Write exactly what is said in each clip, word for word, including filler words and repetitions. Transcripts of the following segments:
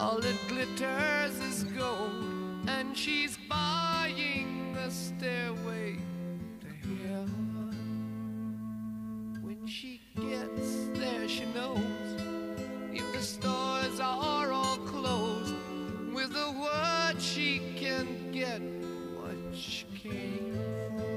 all it glitters is gold, and she's buying the stairway to heaven. When she gets there, she knows if the stores are all closed, with a word she can get what she came for.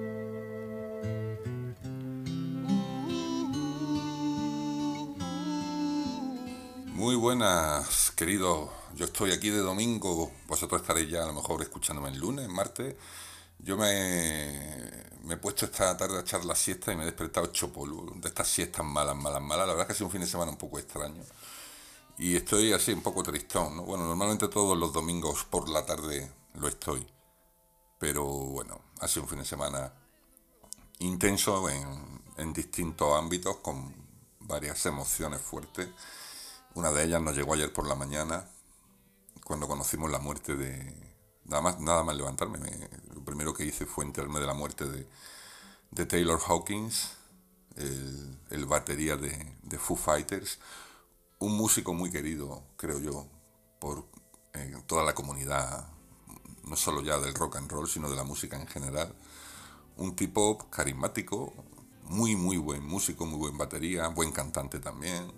Muy buenas, queridos. Yo estoy aquí de domingo, vosotros estaréis ya a lo mejor escuchándome el lunes, martes. Yo me, me he puesto esta tarde a echar la siesta y me he despertado hecho polvo, de estas siestas malas, malas, malas. La verdad es que ha sido un fin de semana un poco extraño. Y estoy así un poco tristón, ¿no? Bueno, normalmente todos los domingos por la tarde lo estoy. Pero bueno, ha sido un fin de semana intenso en, en distintos ámbitos, con varias emociones fuertes. Una de ellas nos llegó ayer por la mañana, cuando conocimos la muerte de... Nada más, nada más levantarme, me, lo primero que hice fue enterarme de la muerte de, de Taylor Hawkins, el, el batería de, de Foo Fighters, un músico muy querido, creo yo, por eh, toda la comunidad, no solo ya del rock and roll, sino de la música en general. Un tipo carismático, muy, muy buen músico, muy buen batería, buen cantante también.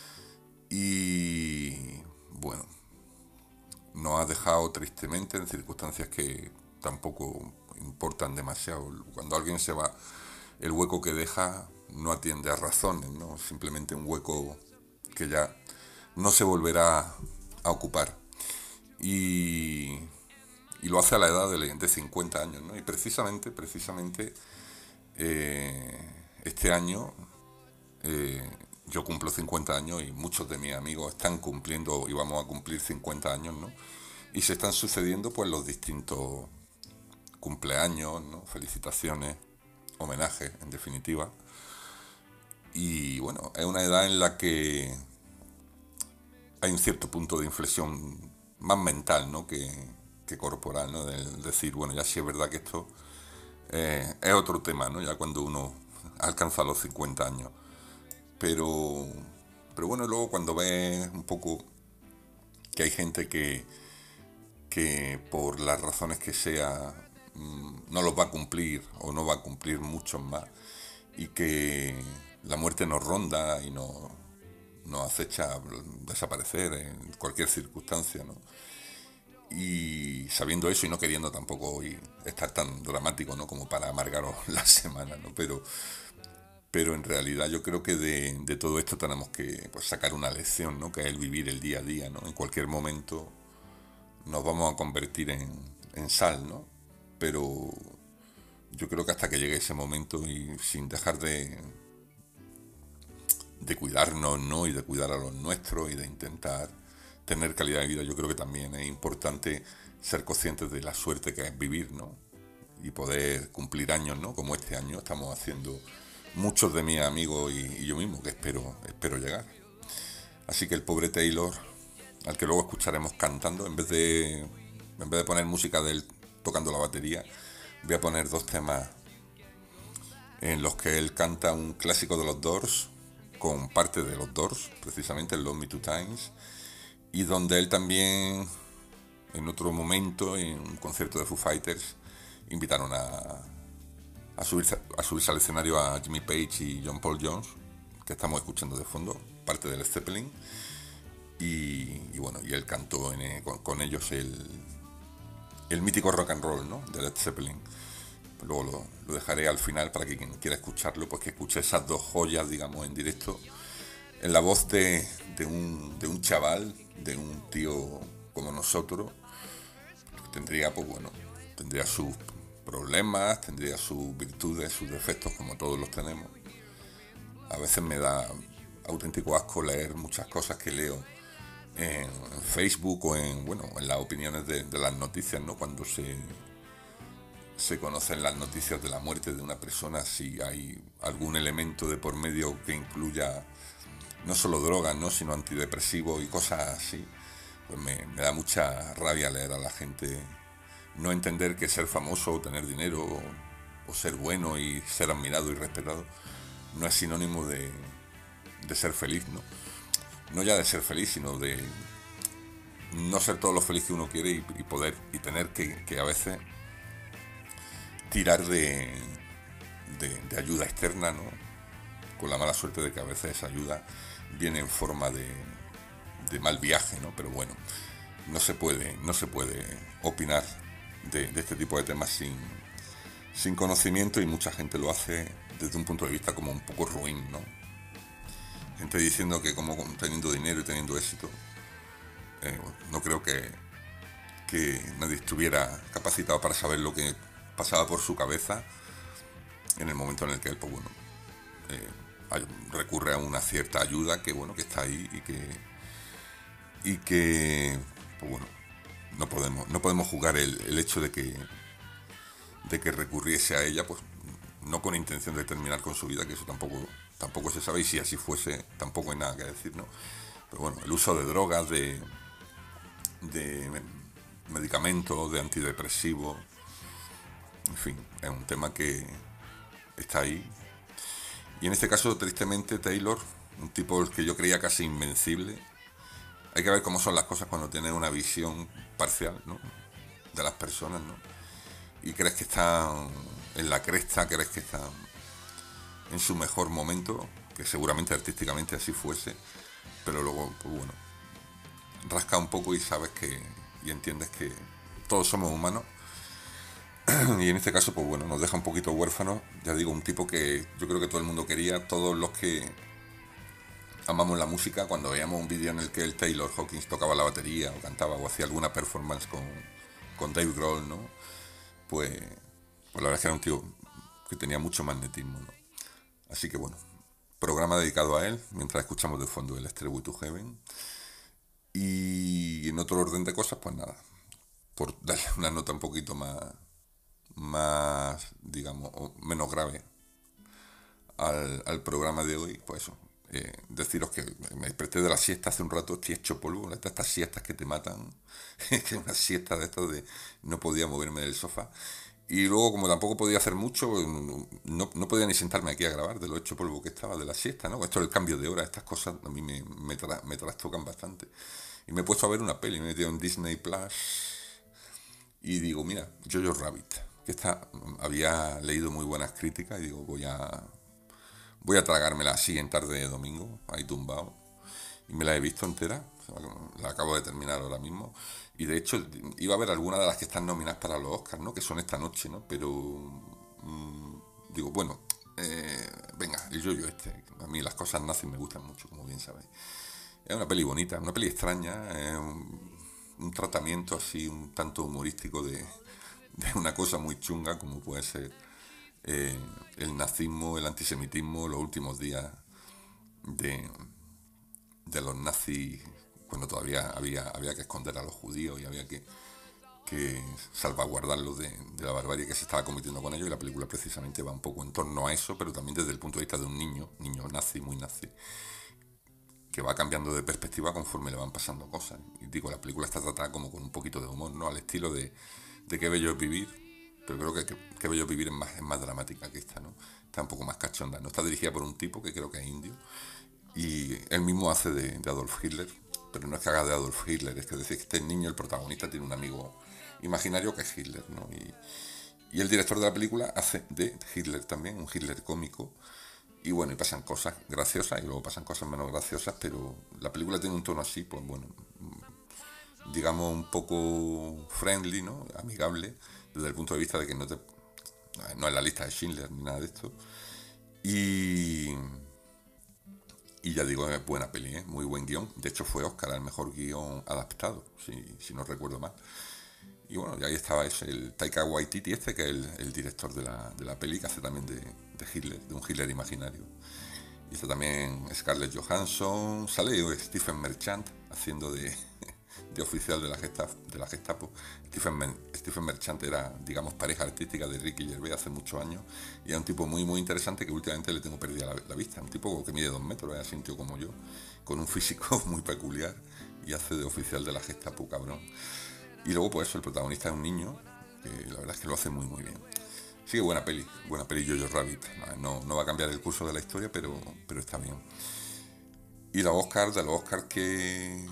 Y bueno, nos ha dejado tristemente en circunstancias que tampoco importan demasiado. Cuando alguien se va, el hueco que deja no atiende a razones, ¿no? Simplemente un hueco que ya no se volverá a ocupar. Y, y lo hace a la edad de, de cincuenta años, ¿no? Y precisamente, precisamente eh, este año... Eh, yo cumplo cincuenta años y muchos de mis amigos están cumpliendo y vamos a cumplir cincuenta años, ¿no? Y se están sucediendo pues los distintos cumpleaños, ¿no? Felicitaciones, homenajes, en definitiva. Y bueno, es una edad en la que hay un cierto punto de inflexión más mental, ¿no? que, que corporal, ¿no? De decir, bueno, ya sí es verdad que esto eh, es otro tema, ¿no? Ya cuando uno alcanza los cincuenta años. Pero, pero bueno, luego cuando ves un poco que hay gente que, que por las razones que sea no los va a cumplir o no va a cumplir muchos más, y que la muerte nos ronda y nos, nos acecha desaparecer en cualquier circunstancia, ¿no? Y sabiendo eso y no queriendo tampoco hoy estar tan dramático, ¿no? Como para amargaros la semana, ¿no? Pero... Pero en realidad yo creo que de, de todo esto tenemos que pues, sacar una lección, ¿no? Que es el vivir el día a día, ¿no? En cualquier momento nos vamos a convertir en, en sal, ¿no? Pero yo creo que hasta que llegue ese momento y sin dejar de, de cuidarnos, ¿no? Y de cuidar a los nuestros y de intentar tener calidad de vida, yo creo que también es importante ser conscientes de la suerte que es vivir, ¿no? Y poder cumplir años, ¿no? Como este año estamos haciendo muchos de mis amigos y, y yo mismo, que espero, espero llegar. Así que el pobre Taylor, al que luego escucharemos cantando, en vez de, en vez de poner música de él tocando la batería, voy a poner dos temas en los que él canta un clásico de los Doors, con parte de los Doors, precisamente el Love Me Two Times, y donde él también, en otro momento, en un concierto de Foo Fighters, invitaron a... A subirse, a subirse al escenario a Jimmy Page y John Paul Jones, que estamos escuchando de fondo, parte del Led Zeppelin, y, y bueno, y él cantó en, con, con ellos el, el mítico rock and roll, ¿no? De Led Zeppelin. Luego lo, lo dejaré al final para que quien quiera escucharlo, pues que escuche esas dos joyas, digamos, en directo, en la voz de, de, un, de un chaval, de un tío como nosotros, que tendría, pues bueno, tendría sus problemas, tendría sus virtudes, sus defectos, como todos los tenemos. A veces me da auténtico asco leer muchas cosas que leo en, en Facebook o en, bueno, en las opiniones de, de las noticias, ¿no? Cuando se, se conocen las noticias de la muerte de una persona, si hay algún elemento de por medio que incluya no solo drogas, ¿no? Sino antidepresivos y cosas así, pues me, me da mucha rabia leer a la gente no entender que ser famoso o tener dinero o, o ser bueno y ser admirado y respetado no es sinónimo de, de ser feliz, ¿no? No ya de ser feliz, sino de, no ser todo lo feliz que uno quiere y, y poder y tener que, que a veces tirar de, de, de ayuda externa, ¿no? Con la mala suerte de que a veces esa ayuda viene en forma de, de mal viaje, ¿no? Pero bueno, no se puede, no se puede opinar de, de este tipo de temas sin, sin conocimiento, y mucha gente lo hace desde un punto de vista como un poco ruin, ¿no? Gente diciendo que como teniendo dinero y teniendo éxito, eh, no creo que, que nadie estuviera capacitado para saber lo que pasaba por su cabeza en el momento en el que él, pues bueno, eh, recurre a una cierta ayuda que bueno, que está ahí y que y que pues bueno, no podemos no podemos juzgar el, el hecho de que de que recurriese a ella, pues no con intención de terminar con su vida, que eso tampoco tampoco se sabe, y si así fuese tampoco hay nada que decir, ¿no? Pero bueno, el uso de drogas, de de medicamentos, de antidepresivos, en fin, es un tema que está ahí. Y en este caso, tristemente, Taylor, un tipo el que yo creía casi invencible. Hay que ver cómo son las cosas cuando tienes una visión parcial, ¿no?, de las personas, ¿no? Y crees que están en la cresta, crees que están en su mejor momento, que seguramente artísticamente así fuese, pero luego, pues bueno, rasca un poco y sabes que, y entiendes que todos somos humanos. Y en este caso, pues bueno, nos deja un poquito huérfanos. Ya digo, un tipo que yo creo que todo el mundo quería, todos los que amamos la música, cuando veíamos un vídeo en el que el Taylor Hawkins tocaba la batería o cantaba o hacía alguna performance con, con Dave Grohl, ¿no? Pues, pues la verdad es que era un tío que tenía mucho magnetismo, ¿no? Así que bueno, programa dedicado a él, mientras escuchamos de fondo el Stairway to Heaven. Y en otro orden de cosas, pues nada, por darle una nota un poquito más, más digamos, menos grave al, al programa de hoy, pues eso, eh, deciros que me desperté de la siesta hace un rato, estoy hecho polvo, estas, estas siestas que te matan, que una siesta de esto de no podía moverme del sofá. Y luego, como tampoco podía hacer mucho, no, no podía ni sentarme aquí a grabar de lo hecho polvo que estaba de la siesta, ¿no? Esto del cambio de hora, estas cosas a mí me, me, tra, me trastocan bastante. Y me he puesto a ver una peli, me he metido en Disney Plus y digo, mira, Jojo Rabbit, que esta, había leído muy buenas críticas y digo, voy a voy a tragármela así en tarde de domingo, ahí tumbado. Y me la he visto entera, la acabo de terminar ahora mismo. Y de hecho, iba a ver algunas de las que están nominadas para los Oscars, ¿no?, que son esta noche, ¿no? Pero mmm, digo, bueno, eh, venga, el yo-yo este. A mí las cosas nazis me gustan mucho, como bien sabéis. Es una peli bonita, una peli extraña, es un, un tratamiento así un tanto humorístico de, de una cosa muy chunga como puede ser eh, el nazismo, el antisemitismo, los últimos días de, de los nazis, cuando todavía había, había que esconder a los judíos y había que, que salvaguardarlos de, de la barbarie que se estaba cometiendo con ellos, y la película precisamente va un poco en torno a eso, pero también desde el punto de vista de un niño, niño nazi, muy nazi, que va cambiando de perspectiva conforme le van pasando cosas. Y digo, la película está tratada como con un poquito de humor, ¿no?, al estilo de, de Qué bello es vivir, pero creo que Qué bello es vivir es más, es más dramática que esta, ¿no? Está un poco más cachonda, ¿no? Está dirigida por un tipo que creo que es indio, y él mismo hace de, de Adolf Hitler, pero no es que haga de Adolf Hitler, es que decir que este niño, el protagonista, tiene un amigo imaginario que es Hitler, ¿no? Y, y el director de la película hace de Hitler también, un Hitler cómico. Y bueno, y pasan cosas graciosas y luego pasan cosas menos graciosas, pero la película tiene un tono así, pues bueno, digamos un poco friendly, ¿no?, amigable, desde el punto de vista de que no te no es la lista de Schindler ni nada de esto. Y, y ya digo, es buena peli, ¿eh? Muy buen guión. De hecho fue Oscar al mejor guión adaptado, si, si no recuerdo mal. Y bueno, y ahí estaba ese, el Taika Waititi este, que es el, el director de la, de la peli, que hace también de, de Hitler, de un Hitler imaginario. Y está también Scarlett Johansson, sale Stephen Merchant haciendo de, de oficial de la Gestapo. De la Gestapo. Stephen, Stephen Merchant era, digamos, pareja artística de Ricky Gervais hace muchos años, y es un tipo muy muy interesante que últimamente le tengo perdida la, la vista. Un tipo que mide dos metros, es así un tío como yo, con un físico muy peculiar, y hace de oficial de la Gestapo, cabrón. Y luego, pues eso, el protagonista es un niño, que la verdad es que lo hace muy muy bien. Sí, buena peli, buena peli Jojo Rabbit. No, no va a cambiar el curso de la historia, pero, pero está bien. Y los Oscars, de los Oscars que,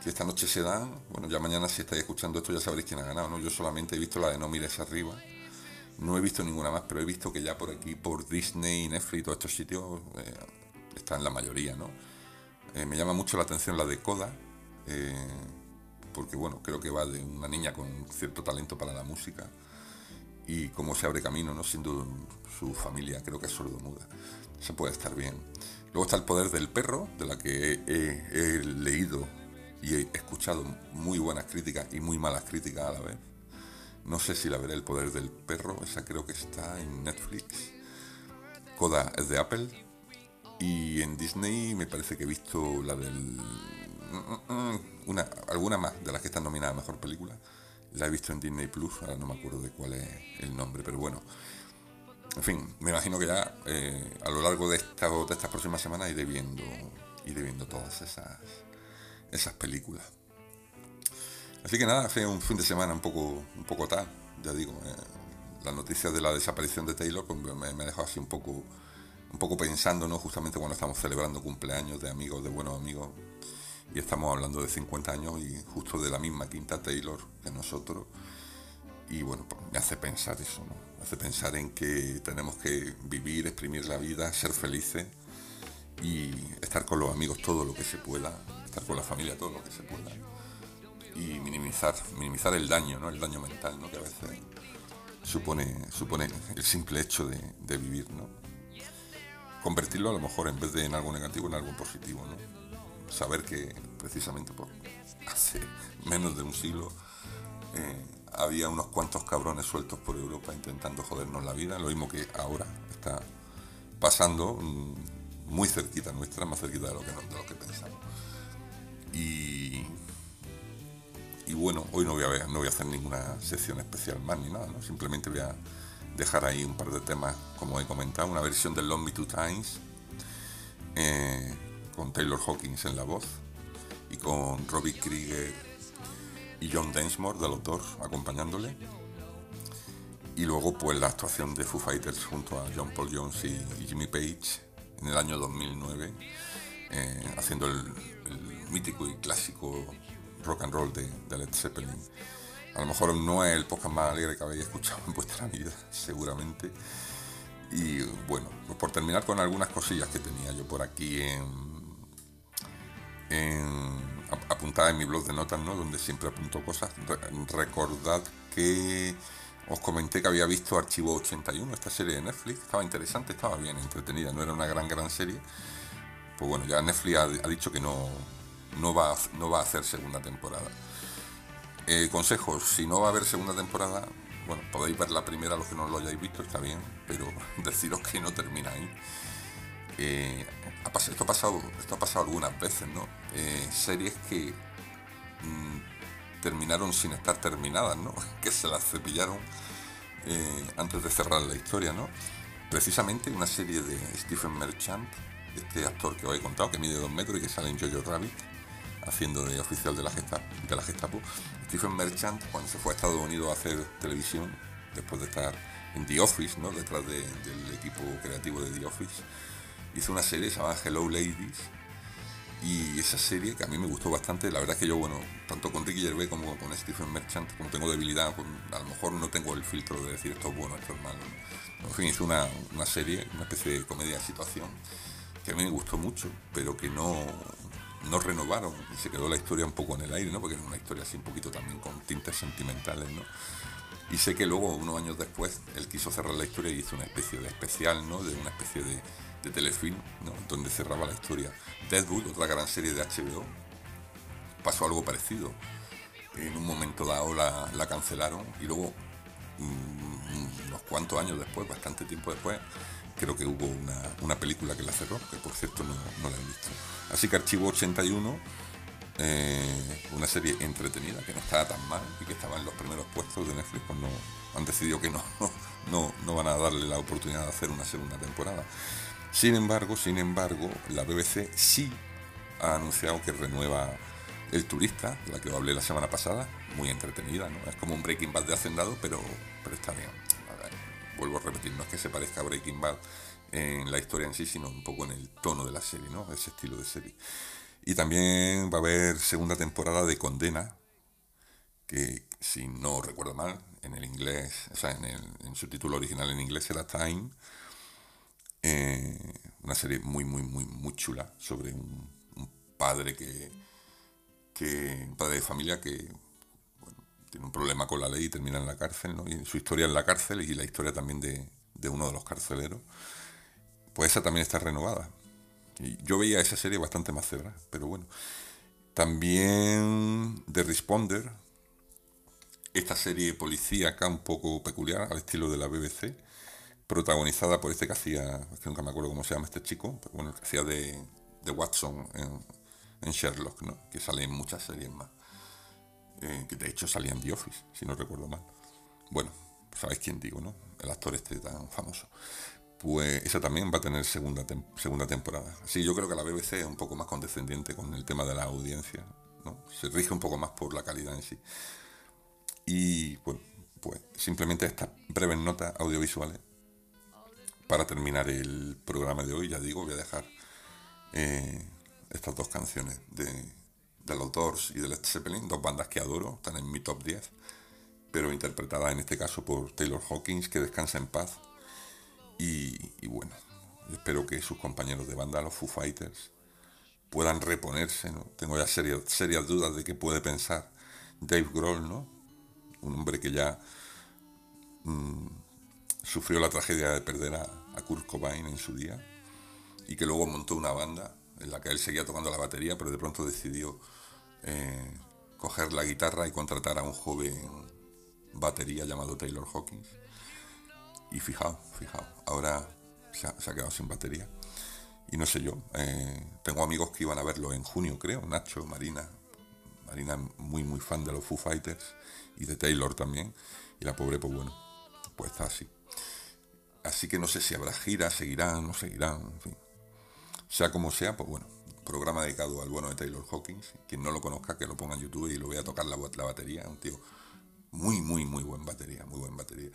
que esta noche se dan. Bueno, ya mañana si estáis escuchando esto ya sabréis quién ha ganado, ¿no? Yo solamente he visto la de No mires arriba. No he visto ninguna más, pero he visto que ya por aquí, por Disney, Netflix y todos estos sitios, eh, están la mayoría, ¿no? Eh, me llama mucho la atención la de Coda, eh, porque bueno, creo que va de una niña con cierto talento para la música y cómo se abre camino, ¿no? Siendo su familia, creo que es sordomuda. Se puede estar bien. Luego está El poder del perro, de la que he, he, he leído y he escuchado muy buenas críticas y muy malas críticas a la vez. No sé si la veré, El poder del perro, esa creo que está en Netflix. Coda es de Apple. Y en Disney me parece que he visto la del... Una, alguna más de las que están nominadas a Mejor Película. La he visto en Disney Plus, ahora no me acuerdo de cuál es el nombre, pero bueno. En fin, me imagino que ya eh, a lo largo de, esta, de estas próximas semanas iré viendo, iré viendo todas esas, esas películas. Así que nada, fue un fin de semana un poco, un poco tal, ya digo. Eh, la noticia de la desaparición de Taylor pues, me, me ha dejado así un poco, un poco pensando, ¿no? Justamente cuando estamos celebrando cumpleaños de amigos, de buenos amigos, y estamos hablando de cincuenta años y justo de la misma quinta Taylor que nosotros. Y bueno, pues me hace pensar eso, ¿no? Me hace pensar en que tenemos que vivir, exprimir la vida, ser felices y estar con los amigos todo lo que se pueda, estar con la familia todo lo que se pueda. Y minimizar, minimizar el daño, ¿no? El daño mental, ¿no? Que a veces supone, supone el simple hecho de, de vivir, ¿no? Convertirlo a lo mejor en vez de en algo negativo en algo positivo, ¿no? Saber que precisamente por hace menos de un siglo eh, había unos cuantos cabrones sueltos por Europa intentando jodernos la vida, lo mismo que ahora está pasando mmm, muy cerquita nuestra, más cerquita de lo que, de lo que pensamos. Y Y bueno, hoy no voy a ver, no voy a hacer ninguna sección especial más ni nada, ¿no? Simplemente voy a dejar ahí un par de temas, como he comentado, una versión de Love Me Two Times, eh, con Taylor Hawkins en la voz, y con Robbie Krieger y John Densmore, de los Doors, acompañándole. Y luego pues la actuación de Foo Fighters junto a John Paul Jones y, y Jimmy Page en el año dos mil nueve, eh, haciendo el, el mítico y clásico rock and roll de, de Led Zeppelin. A lo mejor no es el podcast más alegre que habéis escuchado en vuestra vida, seguramente. Y bueno, pues por terminar con algunas cosillas que tenía yo por aquí en, en apuntadas en mi blog de notas, ¿no? Donde siempre apunto cosas. Re, recordad que os comenté que había visto Archivo ochenta y uno, esta serie de Netflix. Estaba interesante, estaba bien entretenida, no era una gran gran serie. Pues bueno, ya Netflix ha, ha dicho que no No va, a, no va a hacer segunda temporada. Eh, consejos, si no va a haber segunda temporada, bueno, podéis ver la primera, los que no lo hayáis visto, está bien, pero deciros que no termina ahí. Eh, esto, ha pasado, esto ha pasado algunas veces, ¿no? Eh, series que mmm, terminaron sin estar terminadas, ¿no? Que se las cepillaron eh, antes de cerrar la historia, ¿no? Precisamente una serie de Stephen Merchant, este actor que os he contado, que mide dos metros y que sale en Jojo Rabbit, haciendo de oficial de la, Gestapo, de la Gestapo. Stephen Merchant, cuando se fue a Estados Unidos a hacer televisión, después de estar en The Office, ¿no? Detrás de, del equipo creativo de The Office, hizo una serie llamada Hello Ladies, y esa serie que a mí me gustó bastante. La verdad es que yo, bueno, tanto con Ricky Gervais como con Stephen Merchant, como tengo debilidad, con, a lo mejor no tengo el filtro de decir esto es bueno, esto es malo, ¿no? En fin, hizo una, una serie, una especie de comedia de situación, que a mí me gustó mucho, pero que no, no renovaron, y se quedó la historia un poco en el aire, ¿no? Porque era una historia así un poquito también con tintes sentimentales, ¿no? Y sé que luego, unos años después, él quiso cerrar la historia y hizo una especie de especial, ¿no? De una especie de, de telefilm, ¿no? Donde cerraba la historia. Deadwood, otra gran serie de H B O, pasó algo parecido. En un momento dado la, la cancelaron y luego, mmm, unos cuantos años después, bastante tiempo después, creo que hubo una, una película que la cerró, que por cierto no, no la he visto. Así que Archivo ochenta y uno, eh, una serie entretenida, que no estaba tan mal y que estaba en los primeros puestos de Netflix, cuando han decidido que no, no, no van a darle la oportunidad de hacer una segunda temporada. Sin embargo, sin embargo, la B B C sí ha anunciado que renueva El Turista, de la que os hablé la semana pasada, muy entretenida, ¿no? Es como un Breaking Bad de Hacendado, pero, pero está bien. Vuelvo a repetir, no es que se parezca a Breaking Bad en la historia en sí, sino un poco en el tono de la serie, ¿no? Ese estilo de serie. Y también va a haber segunda temporada de Condena, que si no recuerdo mal, en el inglés, o sea, en, el, en su título original en inglés era Time. Eh, una serie muy, muy, muy, muy chula sobre un, un padre que, que. un padre de familia que bueno, tiene un problema con la ley y termina en la cárcel, ¿no? Y su historia en la cárcel y la historia también de, de uno de los carceleros. Pues esa también está renovada. Y yo veía esa serie bastante más cebra, pero bueno. También The Responder, esta serie policíaca un poco peculiar, al estilo de la B B C, protagonizada por este que hacía, es que nunca me acuerdo cómo se llama este chico, pero bueno, el que hacía de, de Watson en, en Sherlock, ¿no? Que sale en muchas series más. Eh, que de hecho salía en The Office, si no recuerdo mal. Bueno, sabéis quién digo, ¿no? El actor este tan famoso. Pues esa también va a tener segunda, tem- segunda temporada. Sí, yo creo que la B B C es un poco más condescendiente con el tema de la audiencia, ¿no? Se rige un poco más por la calidad en sí. Y bueno, pues simplemente estas breves notas audiovisuales para terminar el programa de hoy. Ya digo, voy a dejar eh, estas dos canciones de, de los Doors y de Led Zeppelin, dos bandas que adoro, están en mi top diez, pero interpretadas en este caso por Taylor Hawkins, que descansa en paz. Y, y bueno, espero que sus compañeros de banda, los Foo Fighters, puedan reponerse, ¿no? Tengo ya serias, serias dudas de qué puede pensar Dave Grohl, ¿no? Un hombre que ya mmm, sufrió la tragedia de perder a, a Kurt Cobain en su día y que luego montó una banda en la que él seguía tocando la batería, pero de pronto decidió eh, coger la guitarra y contratar a un joven batería llamado Taylor Hawkins. Y fijaos, fijaos, ahora se ha, se ha quedado sin batería. Y no sé yo, eh, tengo amigos que iban a verlo en junio, creo, Nacho, Marina. Marina es muy, muy fan de los Foo Fighters y de Taylor también. Y la pobre, pues bueno, pues está así. Así que no sé si habrá gira, seguirán, no seguirán, en fin. Sea como sea, pues bueno, programa dedicado al bueno de Taylor Hawkins. Quien no lo conozca, que lo ponga en YouTube y lo vea tocar la, la batería. Un tío muy, muy, muy buen batería, muy buen batería.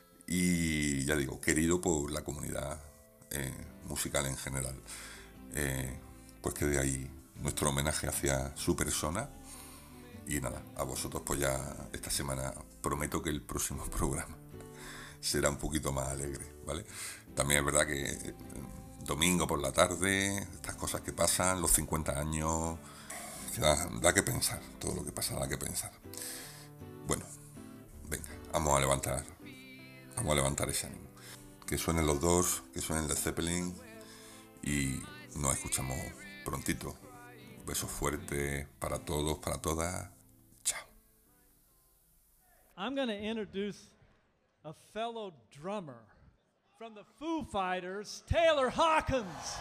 Y ya digo, querido por la comunidad eh, musical en general. Eh, pues que de ahí nuestro homenaje hacia su persona. Y nada, a vosotros pues ya esta semana prometo que el próximo programa será un poquito más alegre, ¿vale? También es verdad que eh, domingo por la tarde, estas cosas que pasan, los cincuenta años, que da, da que pensar, todo lo que pasa da que pensar. Bueno, venga, vamos a levantar Vamos a levantar ese ánimo. Que suenen los Doors, que suenen Led Zeppelin y nos escuchamos prontito. Besos fuertes para todos, para todas. Chao. I'm going to introduce a fellow drummer from the Foo Fighters, Taylor Hawkins.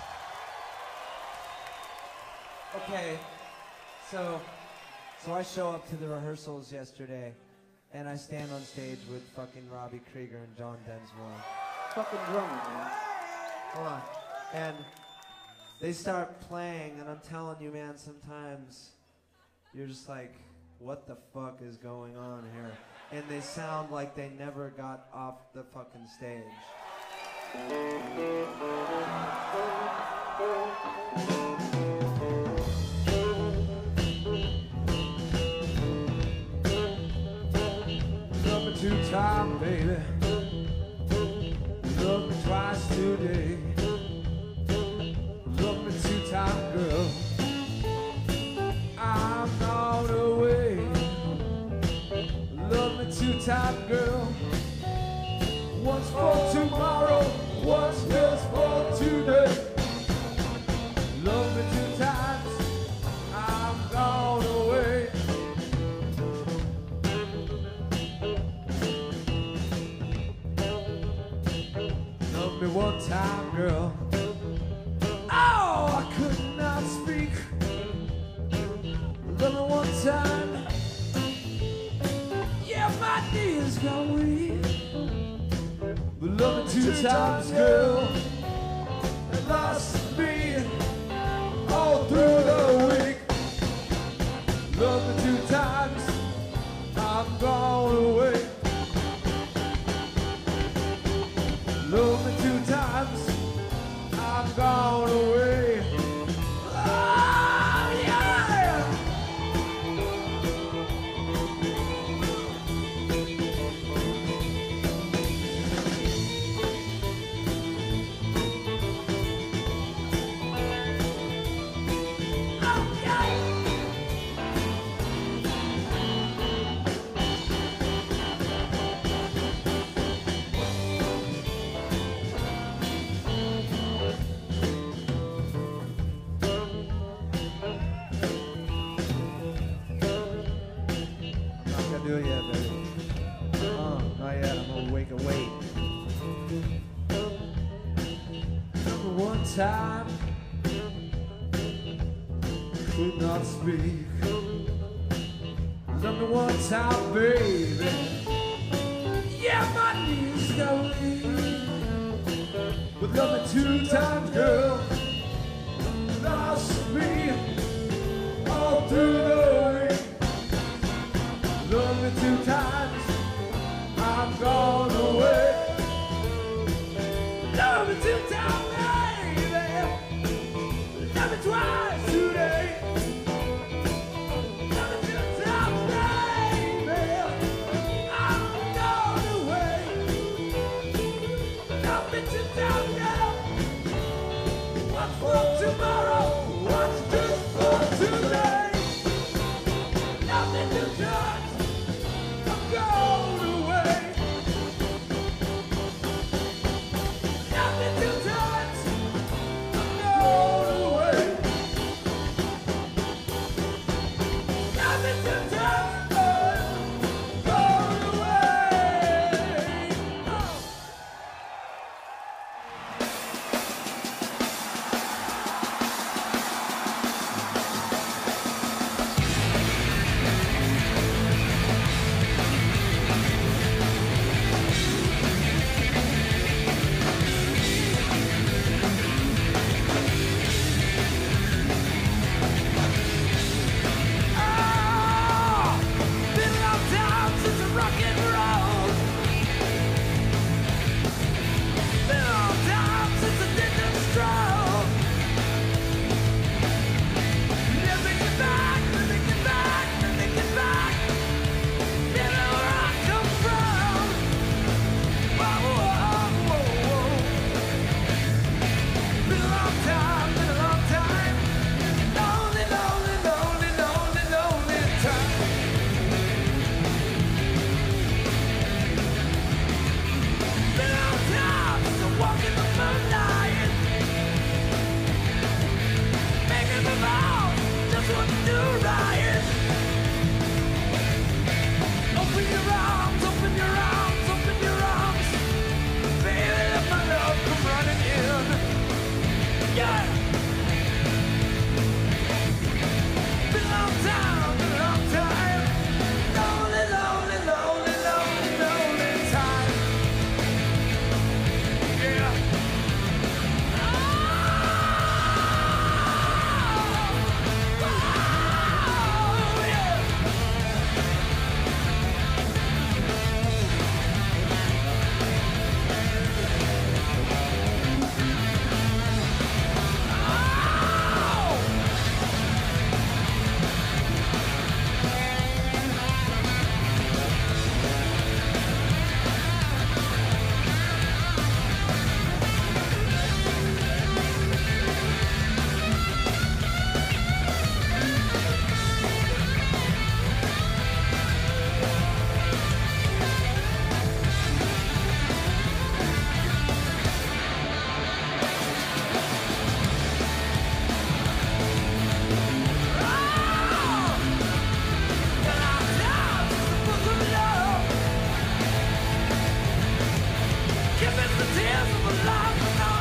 Okay, so so I show up to the rehearsals yesterday. And I stand on stage with fucking Robbie Krieger and John Densmore. Fucking drummer, man. Hold on. And they start playing, and I'm telling you, man, sometimes you're just like, what the fuck is going on here? And they sound like they never got off the fucking stage. Two time, baby. Love me twice today. Love me two time, girl. I'm gone away. Love me two time, girl. Once for tomorrow, once just for today. Love me two times. I'm gone away. Me one time, girl. Oh, I could not speak. Love me one time. Yeah, my knees got weak. But love me two times, girl. It lost me all through the week. Love me two times. I'm gone away. Love me two times, I'm gone away. Oh, yeah. time could not speak. Love me one time, baby. Yeah, my knees got weak. But love me two times, girl. Lost me all through the week. Love me two times, I'm gone away. Love me two times, baby. Love me twice today. Love me two times, baby. I'm gone away. Love me two times, girl. What's for tomorrow? What's good for today? Love me two times. I'm gone away. Love me two times. I'm gone away. Love me two times. I'm gone away. Oh. Been a long time since I rock and roll. Been a long time since I did the stroll. Let me get back, let me get back, let me get back. Never where I come from. Whoa, whoa, whoa, whoa. Been a long time, been a long time. Lonely, lonely, lonely, lonely, lonely time. Been a long time since I walk in the moonlight. Making the vow, just what to do right. Open your arms, open your arms, open your arms. Baby, let my love come running in. Yeah. Been a long time, been a long time. Lonely, lonely, lonely, lonely, lonely time. Yeah. Oh, yeah. Give it the tears of a life.